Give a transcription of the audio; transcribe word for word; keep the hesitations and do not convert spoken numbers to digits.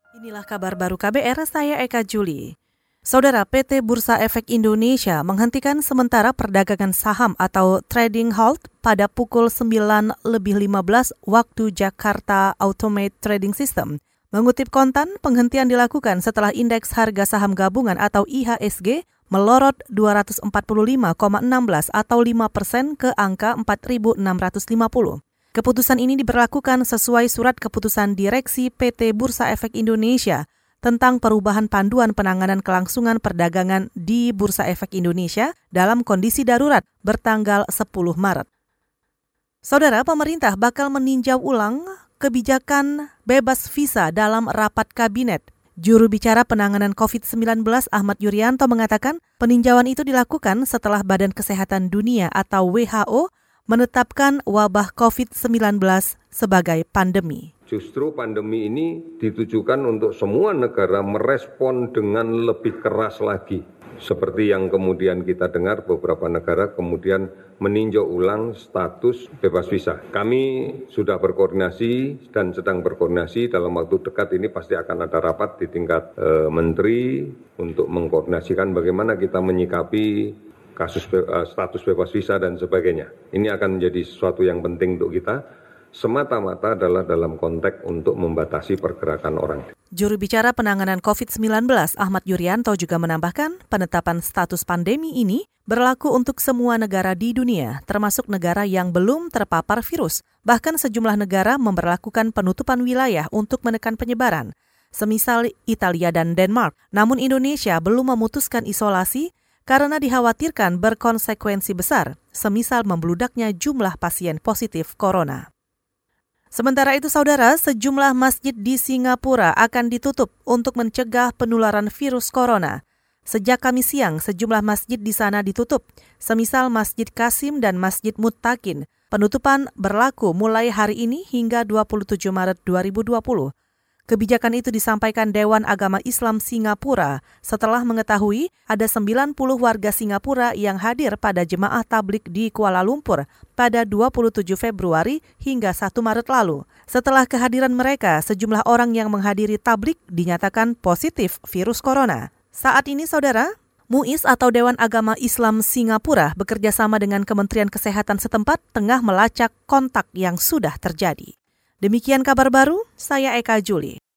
Inilah kabar baru K B R, saya Eka Juli. Saudara, P T Bursa Efek Indonesia menghentikan sementara perdagangan saham atau trading halt pada pukul sembilan lebih lima belas waktu Jakarta Automate Trading System. Mengutip Kontan, penghentian dilakukan setelah indeks harga saham gabungan atau I H S G melorot dua ratus empat puluh lima koma satu enam atau lima persen ke angka empat ribu enam ratus lima puluh. Keputusan ini diberlakukan sesuai surat keputusan Direksi P T Bursa Efek Indonesia tentang perubahan panduan penanganan kelangsungan perdagangan di Bursa Efek Indonesia dalam kondisi darurat bertanggal sepuluh Maret. Saudara, pemerintah bakal meninjau ulang kebijakan bebas visa dalam rapat kabinet. Juru bicara penanganan covid sembilan belas Ahmad Yuryanto mengatakan peninjauan itu dilakukan setelah Badan Kesehatan Dunia atau W H O menetapkan wabah covid sembilan belas sebagai pandemi. Justru pandemi ini ditujukan untuk semua negara merespon dengan lebih keras lagi. Seperti yang kemudian kita dengar beberapa negara kemudian meninjau ulang status bebas visa. Kami sudah berkoordinasi dan sedang berkoordinasi dalam waktu dekat ini pasti akan ada rapat di tingkat e, menteri untuk mengkoordinasikan bagaimana kita menyikapi kasus status bebas visa dan sebagainya. Ini akan menjadi sesuatu yang penting untuk kita, semata-mata adalah dalam konteks untuk membatasi pergerakan orang. Juru bicara penanganan covid sembilan belas Ahmad Yuryanto juga menambahkan penetapan status pandemi ini berlaku untuk semua negara di dunia, termasuk negara yang belum terpapar virus. Bahkan sejumlah negara memberlakukan penutupan wilayah untuk menekan penyebaran, semisal Italia dan Denmark. Namun Indonesia belum memutuskan isolasi karena dikhawatirkan berkonsekuensi besar, semisal membludaknya jumlah pasien positif corona. Sementara itu, saudara, sejumlah masjid di Singapura akan ditutup untuk mencegah penularan virus corona. Sejak Kamis siang, sejumlah masjid di sana ditutup, semisal Masjid Qasim dan Masjid Muttaqin. Penutupan berlaku mulai hari ini hingga dua puluh tujuh Maret dua ribu dua puluh. Kebijakan itu disampaikan Dewan Agama Islam Singapura setelah mengetahui ada sembilan puluh warga Singapura yang hadir pada jemaah tablik di Kuala Lumpur pada dua puluh tujuh Februari hingga satu Maret lalu. Setelah kehadiran mereka, sejumlah orang yang menghadiri tablik dinyatakan positif virus corona. Saat ini, saudara, M U I S atau Dewan Agama Islam Singapura bekerja sama dengan Kementerian Kesehatan setempat tengah melacak kontak yang sudah terjadi. Demikian kabar baru, saya Eka Juli.